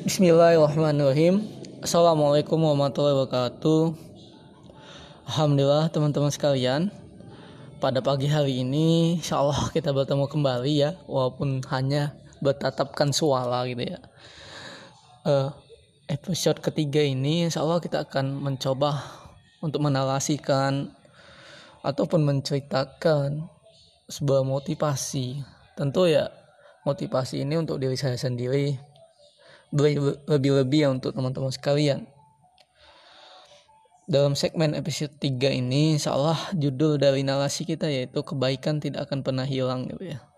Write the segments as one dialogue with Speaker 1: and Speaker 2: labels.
Speaker 1: Bismillahirrahmanirrahim. Assalamualaikum warahmatullahi wabarakatuh. Alhamdulillah teman-teman sekalian, pada pagi hari ini insyaallah kita bertemu kembali ya, walaupun hanya bertatapkan suara gitu ya. Episode ketiga ini insyaallah kita akan mencoba untuk menarasikan ataupun menceritakan sebuah motivasi. Tentu ya motivasi ini untuk diri saya sendiri, lebih-lebih ya untuk teman-teman sekalian. Dalam segmen episode 3 ini insyaallah judul dari narasi kita yaitu kebaikan tidak akan pernah hilang gitu ya.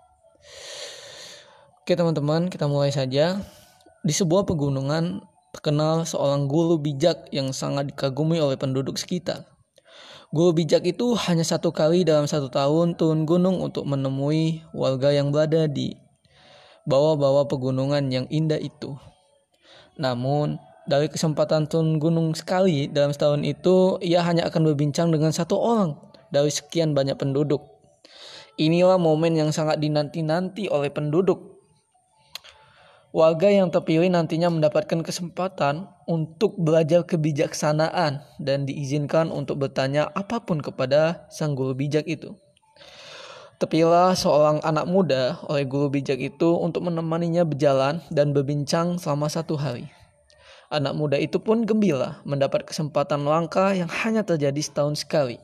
Speaker 1: Oke teman-teman, kita mulai saja. Di sebuah pegunungan terkenal seorang guru bijak yang sangat dikagumi oleh penduduk sekitar. Guru bijak itu hanya satu kali dalam 1 tahun turun gunung untuk menemui warga yang berada di bawah-bawah pegunungan yang indah itu. Namun, dari kesempatan turun gunung sekali dalam setahun itu, ia hanya akan berbincang dengan 1 orang dari sekian banyak penduduk. Inilah momen yang sangat dinanti-nanti oleh penduduk. Warga yang terpilih nantinya mendapatkan kesempatan untuk belajar kebijaksanaan dan diizinkan untuk bertanya apapun kepada sang guru bijak itu. Terpilihlah seorang anak muda oleh guru bijak itu untuk menemaninya berjalan dan berbincang selama 1 hari. Anak muda itu pun gembira mendapat kesempatan langka yang hanya terjadi setahun sekali.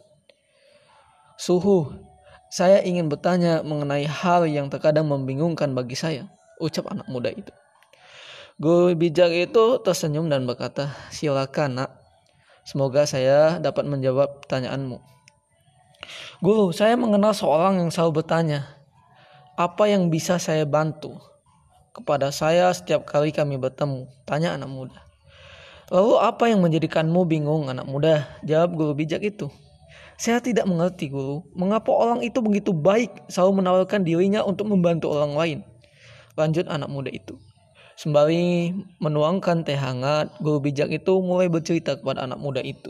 Speaker 1: "Suhu, saya ingin bertanya mengenai hal yang terkadang membingungkan bagi saya," ucap anak muda itu. Guru bijak itu tersenyum dan berkata, "Silakan nak, semoga saya dapat menjawab pertanyaanmu." "Guru, saya mengenal seorang yang selalu bertanya, apa yang bisa saya bantu kepada saya setiap kali kami bertemu," tanya anak muda. "Lalu apa yang menjadikanmu bingung anak muda?" jawab guru bijak itu. "Saya tidak mengerti guru, mengapa orang itu begitu baik selalu menawarkan dirinya untuk membantu orang lain," lanjut anak muda itu. Sembari menuangkan teh hangat, guru bijak itu mulai bercerita kepada anak muda itu.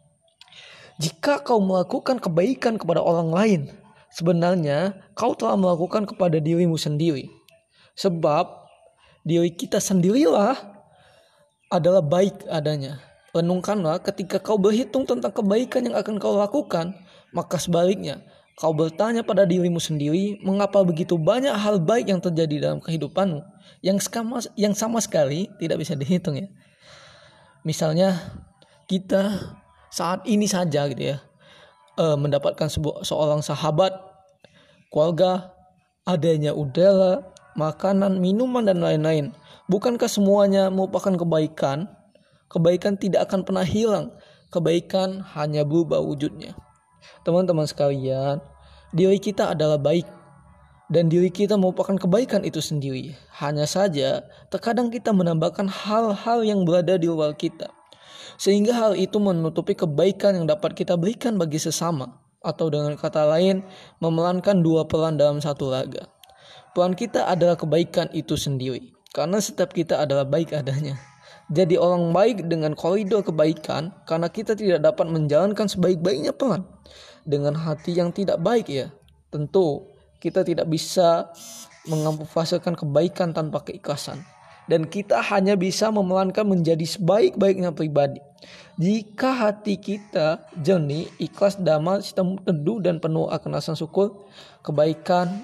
Speaker 1: "Jika kau melakukan kebaikan kepada orang lain, sebenarnya kau telah melakukan kepada dirimu sendiri. Sebab diri kita sendirilah adalah baik adanya. Renungkanlah ketika kau berhitung tentang kebaikan yang akan kau lakukan, maka sebaliknya kau bertanya pada dirimu sendiri, mengapa begitu banyak hal baik yang terjadi dalam kehidupanmu yang sama sekali tidak bisa dihitung ya. Misalnya kita saat ini saja gitu ya, mendapatkan seorang sahabat, keluarga, adanya udara, makanan, minuman dan lain-lain. Bukankah semuanya merupakan kebaikan? Kebaikan tidak akan pernah hilang. Kebaikan hanya berubah wujudnya. Teman-teman sekalian, diri kita adalah baik dan diri kita merupakan kebaikan itu sendiri. Hanya saja terkadang kita menambahkan hal-hal yang berada di luar kita, sehingga hal itu menutupi kebaikan yang dapat kita berikan bagi sesama. Atau dengan kata lain, memerankan 2 peran dalam 1 laga. Peran kita adalah kebaikan itu sendiri, karena setiap kita adalah baik adanya. Jadi orang baik dengan koridor kebaikan, karena kita tidak dapat menjalankan sebaik-baiknya peran. Dengan hati yang tidak baik ya, tentu kita tidak bisa mengampufasakan kebaikan tanpa keikhlasan. Dan kita hanya bisa memerankan menjadi sebaik-baiknya pribadi jika hati kita jernih, ikhlas, damai, teduh dan penuh akan rasa syukur. Kebaikan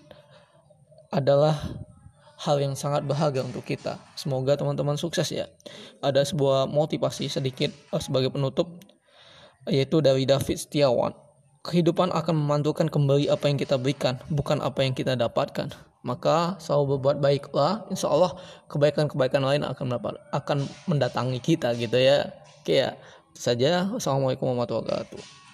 Speaker 1: adalah hal yang sangat berharga untuk kita. Semoga teman-teman sukses ya. Ada sebuah motivasi sedikit sebagai penutup, yaitu dari David Setiawan. "Kehidupan akan memantulkan kembali apa yang kita berikan, bukan apa yang kita dapatkan. Maka selalu berbuat baiklah, insya Allah kebaikan-kebaikan lain akan mendatangi kita," gitu ya. Oke ya, itu saja. Wassalamualaikum warahmatullahi wabarakatuh.